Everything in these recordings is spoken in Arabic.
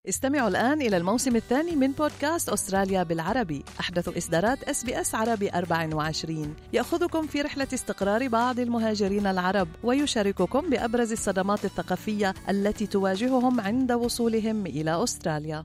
استمعوا الآن إلى الموسم الثاني من بودكاست أستراليا بالعربي، أحدث إصدارات SBS عربي 24، يأخذكم في رحلة استقرار بعض المهاجرين العرب ويشارككم بأبرز الصدمات الثقافية التي تواجههم عند وصولهم إلى أستراليا.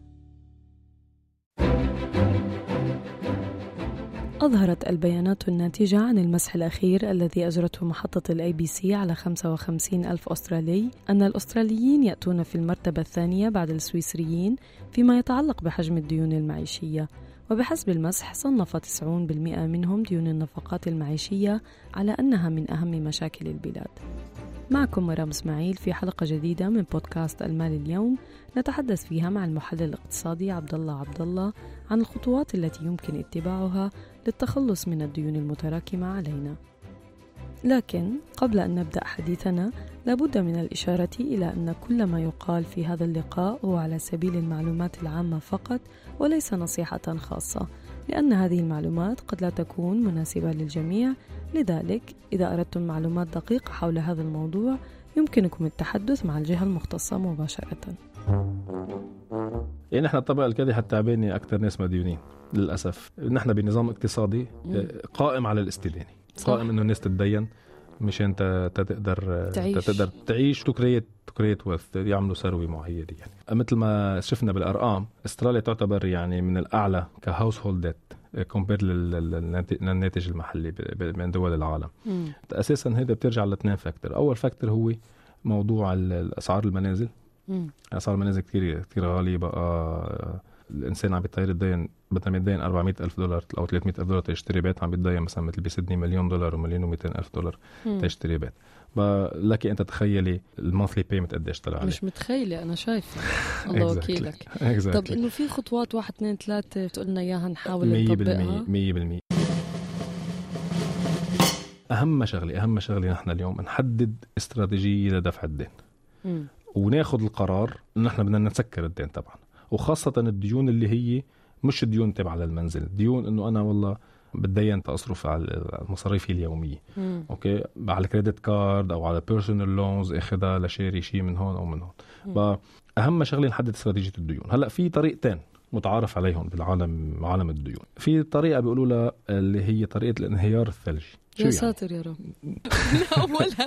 أظهرت البيانات الناتجة عن المسح الأخير الذي أجرته محطة الABC على 55,000 أسترالي أن الأستراليين يأتون في المرتبة الثانية بعد السويسريين فيما يتعلق بحجم الديون المعيشية، وبحسب المسح صنف 90% منهم ديون النفقات المعيشية على أنها من أهم مشاكل البلاد. معكم مرام إسماعيل في حلقة جديدة من بودكاست المال اليوم، نتحدث فيها مع المحلل الاقتصادي عبدالله عن الخطوات التي يمكن اتباعها للتخلص من الديون المتراكمة علينا. لكن قبل أن نبدأ حديثنا لابد من الإشارة إلى أن كل ما يقال في هذا اللقاء هو على سبيل المعلومات العامة فقط وليس نصيحة خاصة، لأن هذه المعلومات قد لا تكون مناسبة للجميع. لذلك إذا أردتم معلومات دقيقة حول هذا الموضوع يمكنكم التحدث مع الجهة المختصة مباشرة. يعني نحن الطبقة الكادحة التعبانة أكثر ناس مديونين للأسف. نحن بنظام اقتصادي قائم على الاستدانة، قائم إنه الناس تتدين مشان تقدر تعيش تكريت وث، يعملوا ثروة معينة. يعني مثل ما شفنا بالأرقام استراليا تعتبر يعني من الأعلى كهاوس هولدات كومبير للناتج المحلي من دول العالم. أساسا هذا بترجع ل2 فاكتور. أول فاكتور هو موضوع الأسعار المنازل. أسعار المنازل كتير غالية بقى. الإنسان عم بيطير الدين، بدل ما يدين $400,000 أو $300,000 تشتري بيت، عم بيتدين مثلا مثل بسيدني $1,000,000 و$1,200,000 تشتري بيت. لكن أنت تخيلي المونثلي بيمنت قديش طلع. مش متخيلة، أنا شايفة. الله وكيلك. طب إنه في خطوات 1 2 3 بتقولنا إياها نحاول نطبقها 100%. أهم شغلة نحن اليوم نحدد استراتيجية لدفع الدين وناخد القرار إن نحن بدنا نسكر الدين طبعا، وخاصة الديون اللي هي مش الديون تبع للمنزل، ديون إنه أنا والله بدين أصرف على المصاريف اليومية. أوكي، على كريدت كارد أو على بيرسونال لونز أخذها لشاري شيء من هون أو من هون. أهم شغلة نحدد استراتيجية الديون. هلأ في طريقتين متعارف عليهم بالعالم، عالم الديون. في طريقة بيقولوا لها اللي هي طريقة الانهيار الثلجي. يا ساتر يا رب. أولها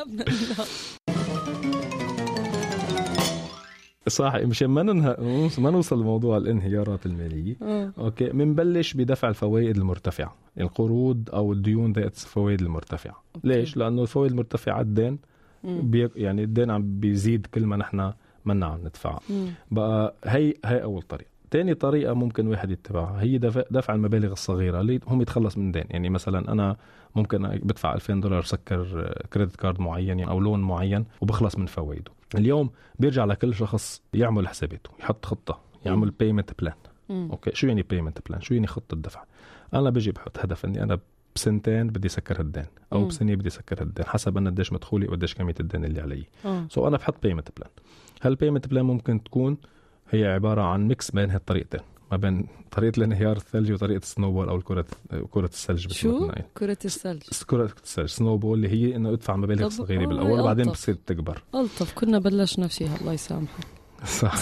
صح، مشان ما نوصل لموضوع الانهيارات المالية. اوكي، منبلش بدفع الفوائد المرتفعة، القروض او الديون ذات الفوائد المرتفعة. ليش؟ لانه الفوائد المرتفعة الدين يعني الدين عم بيزيد كل ما نحن منا عم ندفع. بقى هي اول طريقة. تاني طريقة ممكن واحد يتبعها هي دفع المبالغ الصغيرة اللي هم يتخلص من دين. يعني مثلا أنا ممكن بدفع $2,000 سكر كريدت كارد معين أو لون معين وبخلص من فوائده. اليوم بيرجع لكل شخص يعمل حساباته، يحط خطة، يعمل payment plan. أوكي، شو يعني payment plan؟ شو يعني خطة دفع؟ أنا بيجي بحط هدف إني أنا بسنتين بدي سكر الدين أو بسنة بدي سكر الدين، حسب أنا قديش مدخولي وقديش كمية الدين اللي علي. أنا بحط payment plan. هالpayment plan ممكن تكون هي عبارة عن ميكس بين هالطريقتين، ما بين طريقة الانهيار الثلجي وطريقة السنوبول أو كرة الثلج. شو كرة الثلج؟ كرة الثلج سنوبول اللي هي إنه ادفع مبالغ صغيرة بالأول وبعدين بتصير تكبر. ألطف، كنا بلشنا فيها الله يسامحه. صح.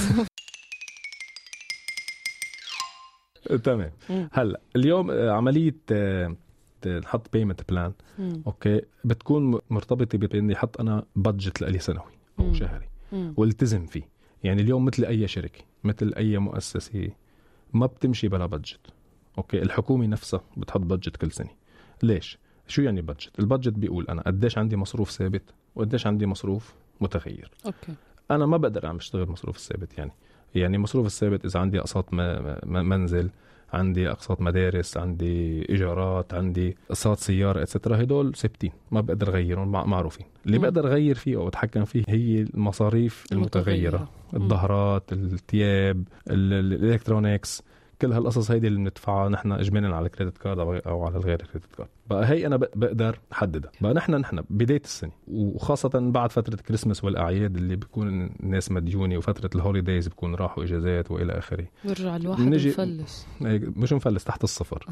تمام. هلا اليوم عملية نحط بيمنت بلان. أوكي، بتكون مرتبطة بإني حط أنا بادجت لألي سنوي أو شهري والتزم فيه. يعني اليوم مثل أي شركة، مثل أي مؤسسة ما بتمشي بلا بادجت. أوكي، الحكومة نفسها بتحط بادجت كل سنة. ليش؟ شو يعني بادجت؟ البادجت بيقول أنا قديش عندي مصروف ثابت وقديش عندي مصروف متغير. أوكي. أنا ما بقدر أعمل اشتغل مصروف الثابت. يعني مصروف الثابت إذا عندي أقساط منزل، عندي أقساط مدارس، عندي إيجارات، عندي أقساط سيارة اتسترا، هدول ثابتين ما بقدر أغيرهم، معروفين. اللي بقدر أغير فيه أو أتحكم فيه هي المصاريف المتغيرة، الظهرات، الثياب، الإلكترونيكس، كل هالقصص هيدي اللي بندفعها نحن إجمالا على الكريدت كارد أو على غير الكريدت كارد. بقى هي أنا بقدر حددها. بقى نحن بداية السنة وخاصة بعد فترة كريسماس والأعياد اللي بيكون الناس مديونة وفترة الهوليدايز بيكون راحوا إجازات وإلى آخره، برجع الواحد مفلس، مش مفلس، تحت الصفر.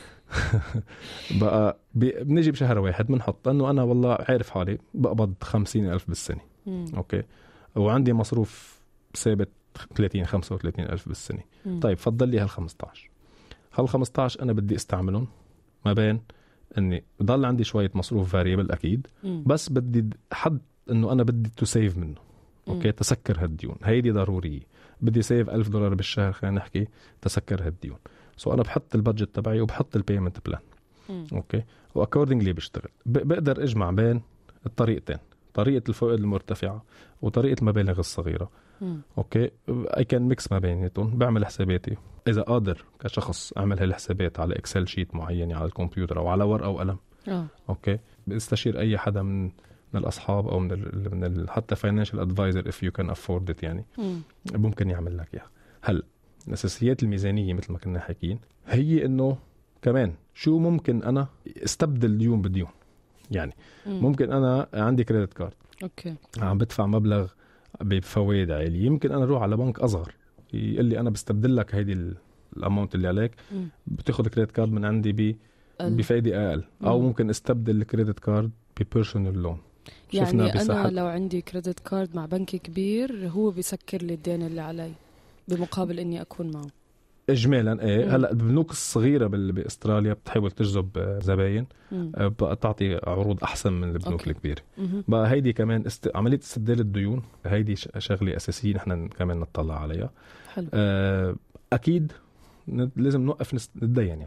بقى بنجي بشهر واحد بنحط أنه أنا والله عارف حالي بقبض 50,000 بالسنة. أوكي، وعندي مصروف ثابت 30-35 ألف بالسنة. طيب فضل لي هال15 أنا بدي استعملهم ما بين أني ضل عندي شوية مصروف فاريبل أكيد، بس بدي حد أنه أنا بدي تسيف منه. أوكي، تسكر هالديون، هيدي ضرورية. بدي سيف $1000 بالشهر، خلينا نحكي تسكر هالديون. أنا بحط البادجت تبعي وبحط البيمنت بلان. أوكي، وأكوردنجلي بشتغل. بقدر أجمع بين الطريقتين، طريقة الفوائد المرتفعة وطريقة المبالغ الصغيرة. أوكي، I can mix ما بيناتهم. بعمل حساباتي إذا قادر كشخص أعمل هالحسابات على إكسل شيت معينة على الكمبيوتر أو على ورقة وقلم. أوكي، بستشير أي حدا من الأصحاب أو من حتى financial advisor if you can afford it يعني. ممكن يعمل لك إياها. هلأ الأساسيات الميزانية مثل ما كنا حكين هي إنه كمان شو ممكن أنا استبدل ديون بديون. يعني ممكن أنا عندي كريدت كارد، أوكي، عم بدفع مبلغ بفوائد عالية، يمكن أنا أروح على بنك أصغر يقول لي أنا بستبدل لك هيدي الأماونت اللي عليك، بتاخد كريدت كارد من عندي بفايدة أقل. أو ممكن استبدل الكريدت كارد ببيرسونال لون. يعني أنا لو عندي كريدت كارد مع بنك كبير هو بيسكر لي الدين اللي علي بمقابل إني أكون معه إجمالا. إيه، هلأ البنوك الصغيرة بأستراليا بتحاول تجذب زباين، بقى تعطي عروض أحسن من البنوك الكبيرة. بقى هيدي كمان عملية استبدال الديون، هيدي شغلة أساسية نحن كمان نطلع عليها. حلو. أكيد لازم نوقف نتدين يعني.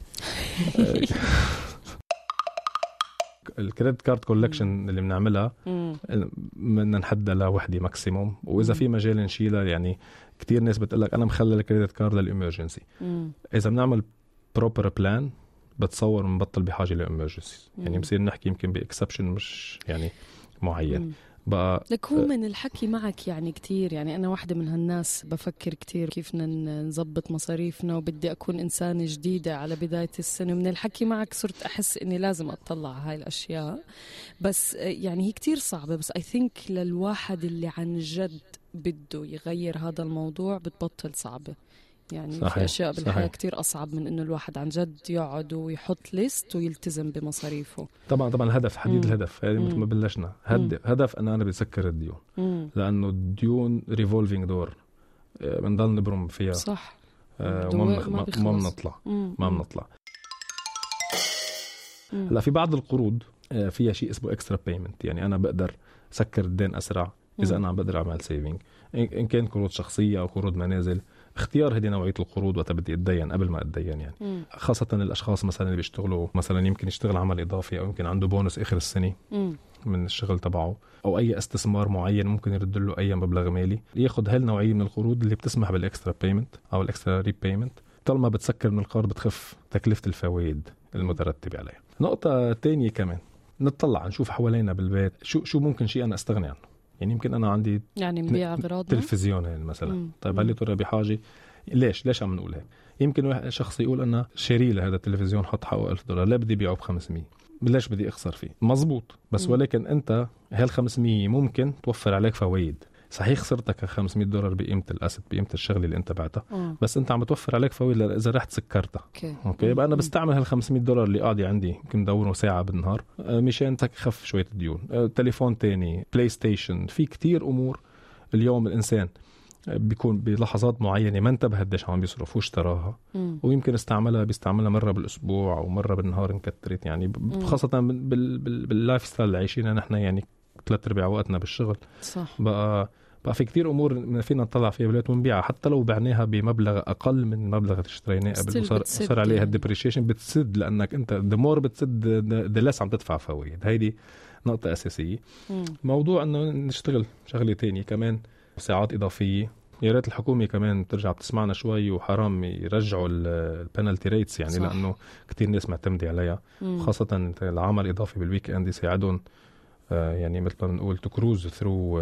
الكريدت كارد كولكشن اللي بنعملها بدنا نحدها لوحدة ماكسيموم، وإذا في مجال نشيلها. يعني كتير ناس بتقلك أنا مخلي الكريدت كارد للإمرجنسي. إذا بنعمل بروبر بلان بتصور منبطل بحاجة للإمرجنسي. يعني بصير نحكي يمكن بإكسبشن مش يعني معين. بقى لك هو من الحكي معك يعني كتير. يعني أنا واحدة من هالناس بفكر كتير كيف نزبط مصاريفنا، وبدي أكون إنسانة جديدة على بداية السنة. من الحكي معك صرت أحس إني لازم أطلع هاي الأشياء، بس يعني هي كتير صعبة. بس I think للواحد اللي عن جد بده يغير هذا الموضوع بتبطل صعبة. يعني صحيح. في أشياء بالحياة كتير أصعب من إنه الواحد عن جد يقعد ويحط ليست ويلتزم بمصاريفه. طبعا الهدف حديد الهدف. يعني مثل ما بلشنا هدف أنا بسكر الديون، لأنه الديون ريفولفينج دور بنضل نبرم فيها. صح. وما بنطلع. لا، في بعض القروض فيها شيء اسمه اكسترا بيمنت. يعني أنا بقدر سكر الدين أسرع إذا أنا عم بقدر أعمل سيفينج، إن كان قروض شخصية أو قروض منازل. اختيار هذه نوعية القروض وقت بدي أتدين قبل ما أتدين يعني. خاصة الأشخاص مثلا اللي بيشتغلوا مثلا يمكن يشتغل عمل إضافي، أو يمكن عنده بونس آخر السنة من الشغل تبعه، أو أي استثمار معين ممكن يرد له أي مبلغ مالي. ياخد هالنوعية من القروض اللي بتسمح بالإكسترا بيمنت أو الإكسترا ريبيمنت. طالما بتسكر من القرض بتخف تكلفة الفوائد المترتبة عليها. نقطة تانية كمان، نطلع نشوف حوالينا بالبيت شو ممكن شيء أنا أستغني عنه. يعني يمكن أنا عندي يعني نبيع أغراضنا، تلفزيون يعني مثلا. طيب هل ترى بحاجة؟ ليش عم نقول هيك؟ يمكن واحد شخص يقول أنا شاري له هذا التلفزيون حط حقه $1000، لا بدي بيعه ب500، ليش بدي أخسر فيه؟ مزبوط. بس ولكن أنت هال500 ممكن توفر عليك فوائد. صحيح خسرتك $500 بقيمة الأسد، بقيمة الشغل اللي أنت بعتها، بس أنت عم توفر عليك فوائد إذا رحت سكرتها. أوكي. يبقى أنا بستعمل هال$500 اللي قاعدة عندي يمكن دوره ساعة بالنهار مشان تخف شوية الديون. تليفون تاني، بلاي ستيشن، في كتير أمور اليوم الإنسان بيكون بلحظات معينة ما انتبه قديش عم بيصرف واشتراها، ويمكن بيستعملها مرة بالأسبوع أو مرة بالنهار انكترت. يعني خاصة باللايف ستايل اللي عايشينها نحن، يعني 3/4 وقتنا بالشغل. صح. بقى في كتير أمور فينا نطلع فيها بالوقت ونبيعها، حتى لو بعناها بمبلغ أقل من مبلغ اشتريناه قبل وصار عليها الديبريشيشن. بتسد لأنك أنت دمور بتسد دلس عم تدفع فوائد. هيدي نقطة أساسية. موضوع أنه نشتغل شغلة تانية كمان، ساعات إضافية. يا ريت الحكومة كمان ترجع بتسمعنا شوي، وحرام يرجعوا البنالتي ريتس يعني. صح. لأنه كتير ناس معتمدة عليها، خاصة العمل الإضافي بالويك أند يساعدهم يعني مثل ما بنقول to cruise through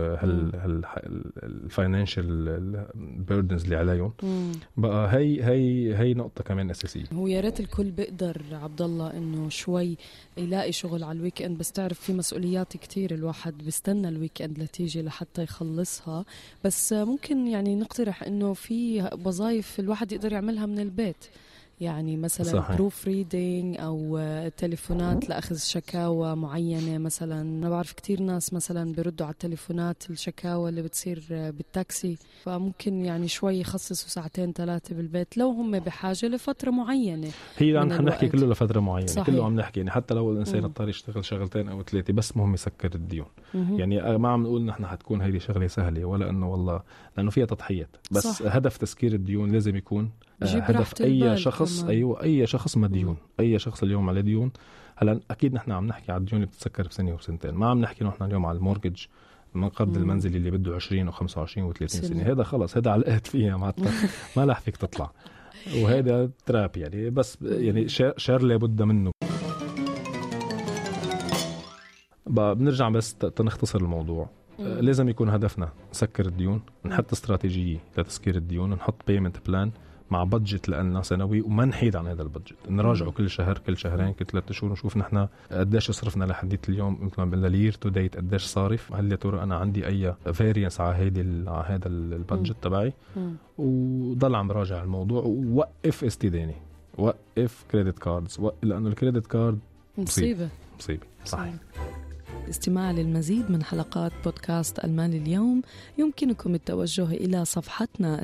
الفاينانشال بيردنز اللي عليهم. بقى هي نقطة كمان أساسية. هو يا ريت الكل بيقدر عبد الله إنه شوي يلاقي شغل على الويك إند، بس تعرف في مسؤوليات كتير الواحد بيستنى الويك إند لتيجي لحتى يخلصها. بس ممكن يعني نقترح إنه في وظائف الواحد يقدر يعملها من البيت. يعني مثلا بروف ريدينج أو تليفونات لأخذ شكاوى معينة. مثلا أنا بعرف كتير ناس مثلا بيردوا على التليفونات الشكاوى اللي بتصير بالتاكسي، فممكن يعني شوي يخصصوا 2-3 بالبيت لو هم بحاجة لفترة معينة. هي عم نحكي كله لفترة معينة. صحيح. كله عم نحكي يعني حتى لو الإنسان اضطر يشتغل 2 أو 3 بس مهم يسكر الديون. يعني ما عم نقول نحن حتكون هيدي شغلة سهلة، ولا إنه والله لأنه فيها تضحيات، بس صح. هدف تسكير الديون لازم يكون هدف أي شخص. أيوة أي شخص مديون. أي شخص اليوم على ديون. هلا أكيد نحن عم نحكي على الديون اللي بتتسكر بسنة وسنتين، ما عم نحكي نحن اليوم على المورجج من قرض المنزل اللي بده 20 و25 و30 سنة. هذا خلص، هذا علقت فيها ما رح فيك تطلع. وهذا تراب يعني، بس يعني شر لابد منه. بنرجع بس تنختصر الموضوع. لازم يكون هدفنا نسكر الديون، نحط استراتيجية لتسكير الديون، نحط بيمنت بلان مع بادجت لنا سنوي، وما نحيد عن هذا البادجت. نراجعه كل شهر، كل شهرين، كل 3 شهور، نشوف نحن قديش صرفنا لحديت اليوم، مثل ما للير تو ديت قديش صارف، هل يا ترى انا عندي اي فارينس على هذا البادجت تبعي. وضل عم راجع الموضوع، ووقف استدانه، وقف كريدت كاردز، لانه الكريدت كارد مصيبه. صحيح. الاستماع للمزيد من حلقات بودكاست المال اليوم يمكنكم التوجه إلى صفحتنا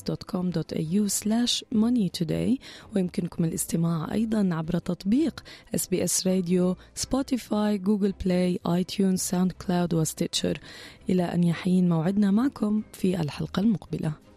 sbs.com.au/moneytoday، ويمكنكم الاستماع أيضا عبر تطبيق SBS راديو، سبوتيفاي، جوجل بلاي، آيتيونز، ساوند كلاود وستيتشر. إلى أن يحين موعدنا معكم في الحلقة المقبلة.